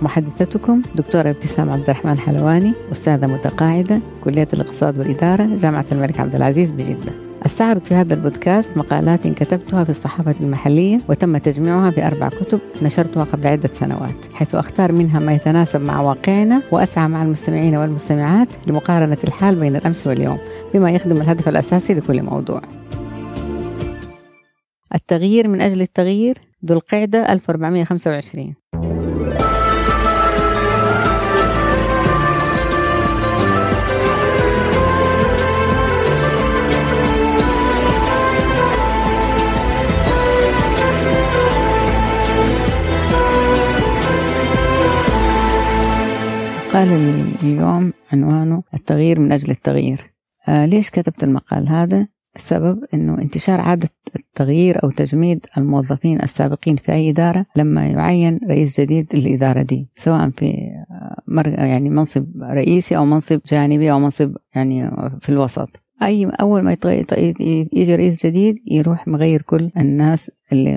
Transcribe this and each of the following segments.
محدثتكم دكتورة ابتسام عبد الرحمن حلواني، أستاذة متقاعدة كلية الاقتصاد والإدارة جامعة الملك عبد العزيز بجدة. أستعرض في هذا البودكاست مقالات كتبتها في الصحافة المحلية وتم تجميعها في 4 كتب نشرتها قبل عدة سنوات، حيث أختار منها ما يتناسب مع واقعنا وأسعى مع المستمعين والمستمعات لمقارنة الحال بين الأمس واليوم بما يخدم الهدف الأساسي لكل موضوع. التغيير من أجل التغيير، ذو القعدة 1425. قال اليوم عنوانه التغيير من أجل التغيير. ليش كتبت المقال هذا؟ السبب أنه انتشار عادة التغيير أو تجميد الموظفين السابقين في أي إدارة لما يعين رئيس جديد للإدارة دي، سواء في يعني منصب رئيسي أو منصب جانبي أو منصب يعني في الوسط. أول ما يجي رئيس جديد يروح مغير كل الناس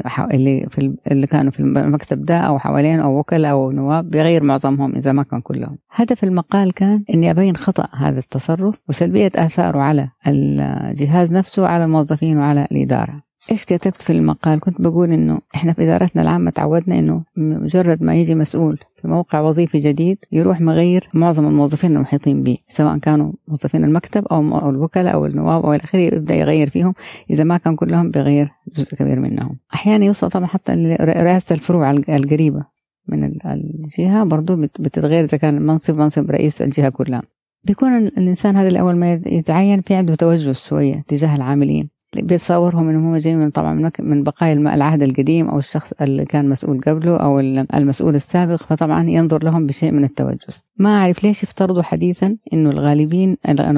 اللي كانوا في المكتب ده أو حوالين أو وكلاء أو نواب، بيغير معظمهم إذا ما كان كلهم. هدف المقال كان إني أبين خطأ هذا التصرف وسلبية آثاره على الجهاز نفسه وعلى الموظفين وعلى الإدارة. إيش كتبت في المقال؟ كنت بقول إنه إحنا في إدارتنا العامة تعودنا إنه مجرد ما يجي مسؤول في موقع وظيفي جديد يروح مغير معظم الموظفين المحيطين به، سواء كانوا موظفين المكتب أو الوكلاء أو النواب أو الآخر، يبدأ يغير فيهم، إذا ما كان كلهم بيغير جزء كبير منهم. أحيانا يوصل طبعا حتى رئاسة الفروع القريبة من الجهة برضو بتتغير إذا كان منصب رئيس الجهة كلها. بيكون الإنسان هذا الأول ما يتعين في عنده توجه شوية تجاه العاملين، بيتصورهم انهم جايين طبعا من بقايا العهد القديم او الشخص اللي كان مسؤول قبله او المسؤول السابق، فطبعا ينظر لهم بشيء من التوجس. ما اعرف ليش افترضوا حديثا انه الغالبين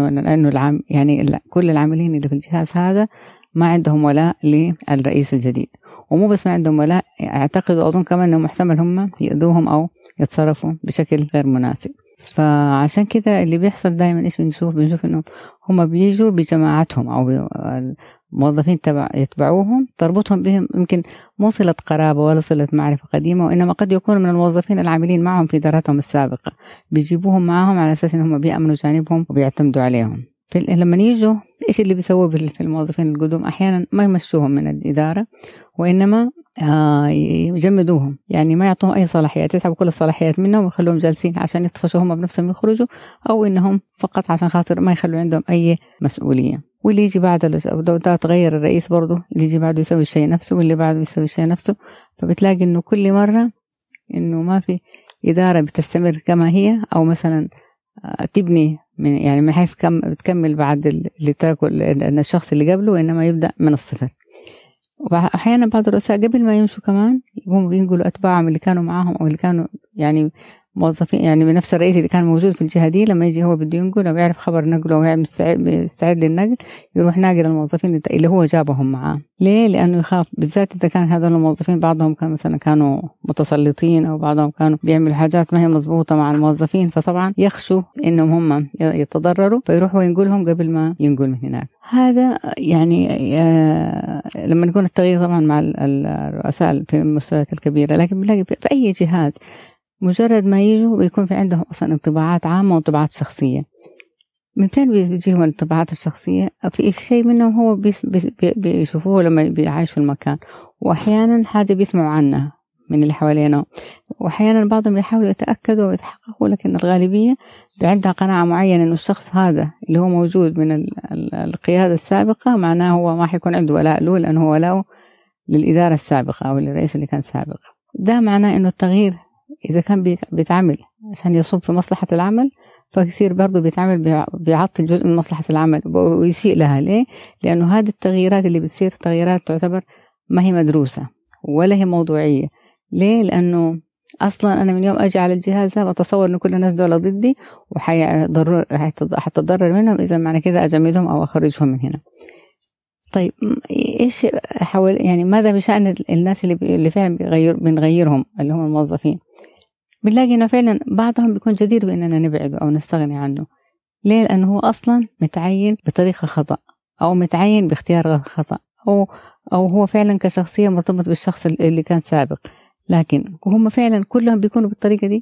انه يعني كل العاملين اللي في الجهاز هذا ما عندهم ولاء للرئيس الجديد، ومو بس ما عندهم ولاء، اعتقد واظن كمان انه محتمل هم يؤذوهم او يتصرفوا بشكل غير مناسب. فعشان كده اللي بيحصل دائما ايش بنشوف انه هم بيجوا بجماعتهم او موظفين يتبعوهم، تربطهم بهم يمكن مو صلة قرابة ولا صلة معرفة قديمة، وإنما قد يكونوا من الموظفين العاملين معهم في إداراتهم السابقة، بيجيبوهم معهم على أساس إنهم بيأمنوا جانبهم وبيعتمدوا عليهم. لما يجوا إيش اللي بيسووا في الموظفين القدوم؟ أحيانا ما يمشوهم من الإدارة، وإنما يجمدوهم، يعني ما يعطوهم أي صلاحيات، يسحبوا كل الصلاحيات منهم ويخلوهم جالسين عشان يطفشوا هم بنفسهم يخرجوا، أو إنهم فقط عشان خاطر ما يخلوا عندهم أي مسؤولية. واللي يجي بعد ده تغير الرئيس برضه، اللي يجي بعده يسوي الشيء نفسه، واللي بعده يسوي الشيء نفسه. فبتلاقي إنه كل مرة إنه ما في إدارة بتستمر كما هي، أو مثلا تبني من حيث بتكمل بعد اللي تركوا الشخص اللي قبله، إنما يبدأ من الصفر. وأحيانا بعض الرؤساء قبل ما يمشوا كمان يقوموا بينقلوا أتباعهم اللي كانوا معاهم أو اللي كانوا يعني موظفين، يعني بنفس الرئيس اللي كان موجود في الجهة دي، لما يجي هو بده ينقل أو يعرف خبر نقله أو مستعد للنقل، يروح ناقل الموظفين اللي هو جابهم معاه. ليه؟ لأنه يخاف، بالذات إذا كان هذول الموظفين بعضهم كان مثلا كانوا متسلطين أو بعضهم كانوا بيعملوا حاجات ما هي مضبوطة مع الموظفين، فطبعا يخشوا إنهم هم يتضرروا، فيروحوا ينقلهم قبل ما ينقل من هناك. هذا يعني لما نكون التغيير طبعا مع الرؤساء في المستويات الكبيرة، لكن بنلاقي في أي جهاز مجرد ما يجوا بيكون في عندهم أصلا انطباعات عامة وانطباعات شخصية. من فين بيجيهم الانطباعات الشخصية؟ في شيء منهم هو بيشوفوه لما بيعيشوا المكان، وأحيانا حاجة بيسمعوا عنها من اللي حوالينا، وأحيانا بعضهم يحاولوا يتأكدوا ويتحققوا، لكن الغالبية عندها قناعة معينة إنه الشخص هذا اللي هو موجود من القيادة السابقة معناه هو ما حيكون عنده ولاء له، لأنه هو ولاءه للإدارة السابقة أو للرئيس اللي كان سابق. ده معناه إنه التغيير إذا كان بيتعمل عشان يصب في مصلحة العمل، فكثير برضو بيتعمل بيعطل جزء من مصلحة العمل ويسيء لها. ليه؟ لأنه هذه التغييرات اللي بتصير تغييرات تعتبر ما هي مدروسة ولا هي موضوعية. ليه؟ لأنه أصلا أنا من يوم أجي على الجهاز هذا أتصور إنه كل الناس دول ضدي وحتضرر منهم، إذا معنى كذا أجمدهم أو أخرجهم من هنا. طيب إيش يعني ماذا بشأن الناس اللي فعلا بنغيرهم اللي هم الموظفين؟ بنلاقي إنه فعلا بعضهم بيكون جدير بأننا نبعده أو نستغني عنه. ليه؟ لأنه هو أصلا متعين بطريقة خطأ أو متعين باختيار خطأ أو هو فعلا كشخصية مرتبط بالشخص اللي كان سابق، لكن هم فعلا كلهم بيكونوا بالطريقة دي،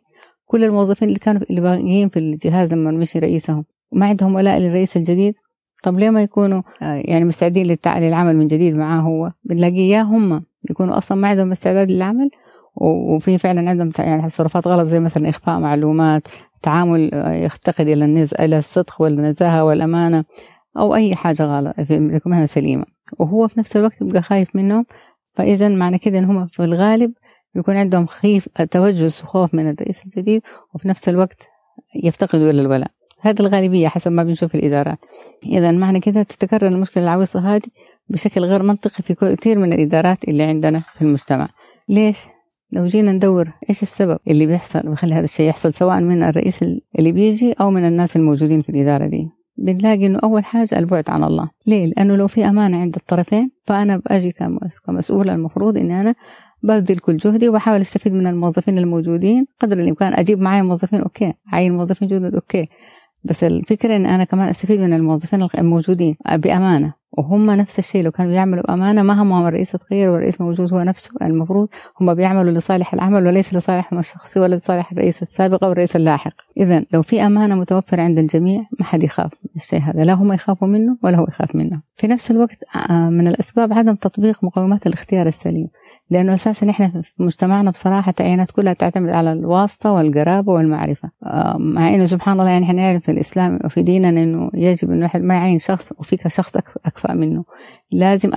كل الموظفين اللي باقيين في الجهاز لما مشي رئيسهم وما عندهم ولاء للرئيس الجديد، طب ليه ما يكونوا يعني مستعدين للعمل من جديد معاه؟ هو بنلاقيه هم يكونوا أصلا ما عندهم استعداد للعمل، وفي فعلا عندهم يعني تصرفات غلط زي مثلا إخفاء معلومات، تعامل يفتقد إلى الصدق والنزاهة والأمانة أو أي حاجة غلط في مهنة سليمة، وهو في نفس الوقت يبقى خايف منهم. فإذا معنى كده إن هم في الغالب يكون عندهم توجس وخوف من الرئيس الجديد، وفي نفس الوقت يفتقدوا إلى الولاء. هذه الغالبية حسب ما بنشوف الإدارات. إذا معنى كده تتكرر المشكلة العويصة هذه بشكل غير منطقي في كثير من الإدارات اللي عندنا في المجتمع. ليش؟ لو جينا ندور إيش السبب اللي بيحصل ويخلي هذا الشيء يحصل، سواء من الرئيس اللي بيجي أو من الناس الموجودين في الإدارة دي، بنلاقي إنه أول حاجة البعد عن الله. ليه؟ لأنه لو في أمانة عند الطرفين فأنا بأجي كمسؤولة المفروض إني أنا ببذل كل جهدي وبحاول استفيد من الموظفين الموجودين قدر الإمكان. أجيب معي موظفين أوكي، عين موظفين جدد أوكي، بس الفكرة إن أنا كمان استفيد من الموظفين الموجودين بأمانة، وهم نفس الشيء لو كانوا بيعملوا بأمانة ما هم الرئيس تغير والرئيس موجود هو نفسه، المفروض هم بيعملوا لصالح العمل وليس لصالحهم الشخصي ولا لصالح الرئيس السابق أو الرئيس اللاحق. إذن لو في أمانة متوفرة عند الجميع ما حد يخاف من الشيء هذا، لا هم يخافوا منه ولا هو يخاف منه. في نفس الوقت من الأسباب عدم تطبيق مقومات الاختيار السليم، لأنه أساسا إحنا في مجتمعنا بصراحة التعيينات كلها تعتمد على الواسطة والقرابة والمعرفة، مع إنه سبحان الله يعني إحنا نعرف في الإسلام وفي ديننا إنه يجب إنه واحد ما يعين شخص وفيك شخص أكفأ منه. لازم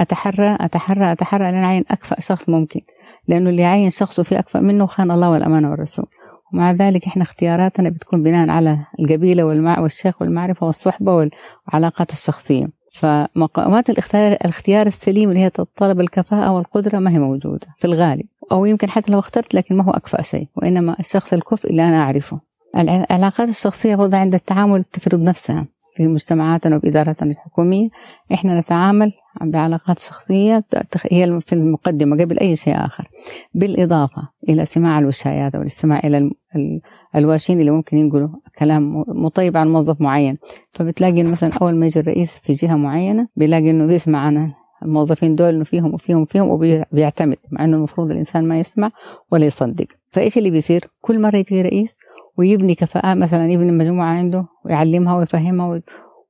أتحرى لأن أعين أكفأ شخص ممكن، لأنه اللي يعين شخص وفيه أكفأ منه خان الله والأمانة والرسول. ومع ذلك إحنا اختياراتنا بتكون بناء على القبيلة والشيخ والمعرفة والصحبة والعلاقات الشخصية. فمقومات الاختيار السليم اللي هي تتطلب الكفاءة والقدرة ما هي موجودة في الغالب، أو يمكن حتى لو اخترت لكن ما هو أكفأ شيء، وإنما الشخص الكفء اللي أنا أعرفه. العلاقات الشخصية برضه عند التعامل تفرض نفسها في مجتمعاتنا وبإداراتنا الحكومية. إحنا نتعامل بعلاقات شخصية هي في المقدمة قبل أي شيء آخر، بالإضافة إلى سماع الوشايات أو الاستماع إلى الواشين اللي ممكن ينقلوا كلام مطيب عن موظف معين. فبتلاقي مثلا أول ما يجي الرئيس في جهة معينة بيلاقي إنه بيسمع عن الموظفين دول إنه فيهم وفيهم وفيهم وبيعتمد، مع إنه المفروض الإنسان ما يسمع ولا يصدق. فإيش اللي بيصير؟ كل مرة يجي رئيس ويبني كفاءة، مثلا يبني مجموعة عنده ويعلمها ويفهمها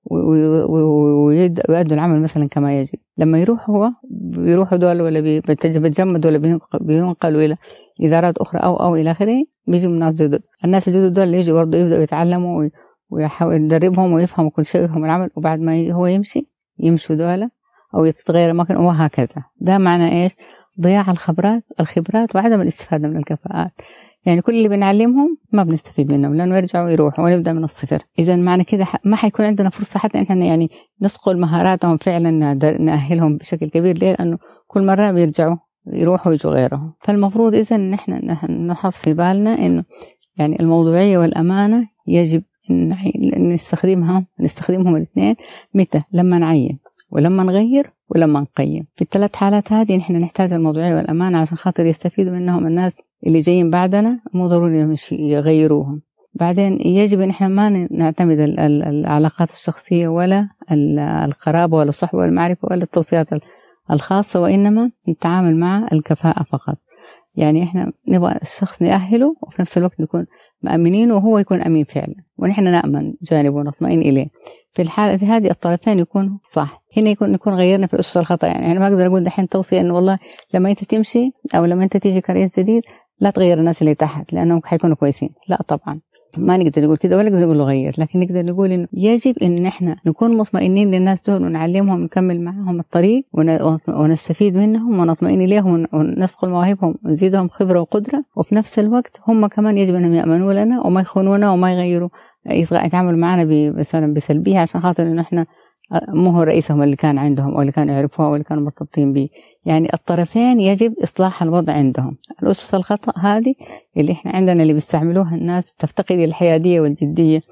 ويؤدوا العمل مثلا كما يجب. لما بيروحوا دول ولا بيتجمدوا ولا بينقلوا إلى إدارات أخرى أو إلى آخره، بيجوا ناس جدد. الناس الجدد دول اللي يجوا برضه يبدأوا يتعلموا ويحاول يدربهم ويفهموا كل شيء ويفهموا العمل، وبعد ما هو يمشوا دولة أو يتغير مكان وهكذا. ده معنى إيش؟ ضياع الخبرات وعدم الاستفادة من الكفاءات. يعني كل اللي بنعلمهم ما بنستفيد منهم لأنه يرجعوا يروحوا ونبدأ من الصفر. إذا معنى كده ما حيكون عندنا فرصة حتى إن احنا يعني نصقل مهاراتهم فعلا، نأهلهم بشكل كبير. ليه؟ لأنه كل مرة بيرجعوا يروحوا ويجوا غيرهم. فالمفروض إذا إن احنا نحط في بالنا إنه يعني الموضوعية والأمانة يجب أن نستخدمهم الاثنين. متى؟ لما نعين ولما نغير ولما نقيم. في الثلاث حالات هذه نحن نحتاج الموضوعية والأمانة عشان خاطر يستفيدوا منهم الناس اللي جايين بعدنا، مو ضروري يغيروهم. بعدين يجب ان احنا ما نعتمد العلاقات الشخصية ولا القرابة ولا الصحبة والمعرفة ولا التوصيات الخاصة، وإنما نتعامل مع الكفاءة فقط. يعني احنا نبغى الشخص نأهله وفي نفس الوقت نكون مأمنين وهو يكون أمين فعلا، ونحن نأمن جانبه ونطمئن إليه. في الحالة هذه الطرفين يكونوا صح. هنا نكون غيرنا في الأسس الخطأ. يعني أنا ما أقدر أقول دحين توصية إنه والله لما أنت تمشي أو لما أنت تيجي كرئيس جديد لا تغير الناس اللي تحت لأنهم حيكونوا كويسين. لا طبعا ما نقدر نقول كده ولا نقدر نقول له غير، لكن نقدر نقول إنه يجب إن إحنا نكون مطمئنين للناس دول ونعلمهم ونكمل معهم الطريق ونستفيد منهم ونطمئن إليهم ونسقل مواهبهم ونزيدهم خبرة وقدرة، وفي نفس الوقت هم كمان يجب أنهم يأمنوا لنا وما يخونونا وما يغيروا يتعاملوا معنا بسلبية عشان خاطر إنه إحنا مو هو رئيسهم اللي كان عندهم أو اللي كانوا يعرفوها أو اللي كانوا مرتبطين به. يعني الطرفين يجب إصلاح الوضع عندهم. الأسس الخطأ هذه اللي إحنا عندنا اللي بيستعملوها الناس تفتقد الحيادية والجدية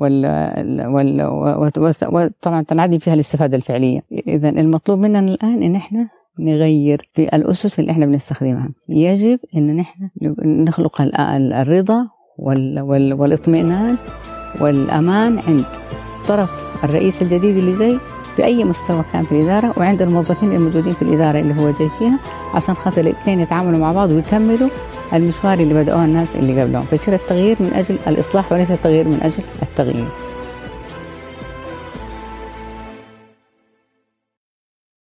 وطبعا تنعدم فيها الاستفادة الفعلية. إذا المطلوب مننا الآن إن إحنا نغير في الأسس اللي إحنا بنستخدمها. يجب إن إحنا نخلق الرضا والاطمئنان والأمان عند طرف الرئيس الجديد اللي جاي في أي مستوى كان في الإدارة وعند الموظفين الموجودين في الإدارة اللي هو جاي فيها، عشان خاطر الاثنين يتعاملوا مع بعض ويكملوا المشوار اللي بدأوه الناس اللي قبلهم. فيصير التغيير من أجل الإصلاح وليس التغيير من أجل التغيير.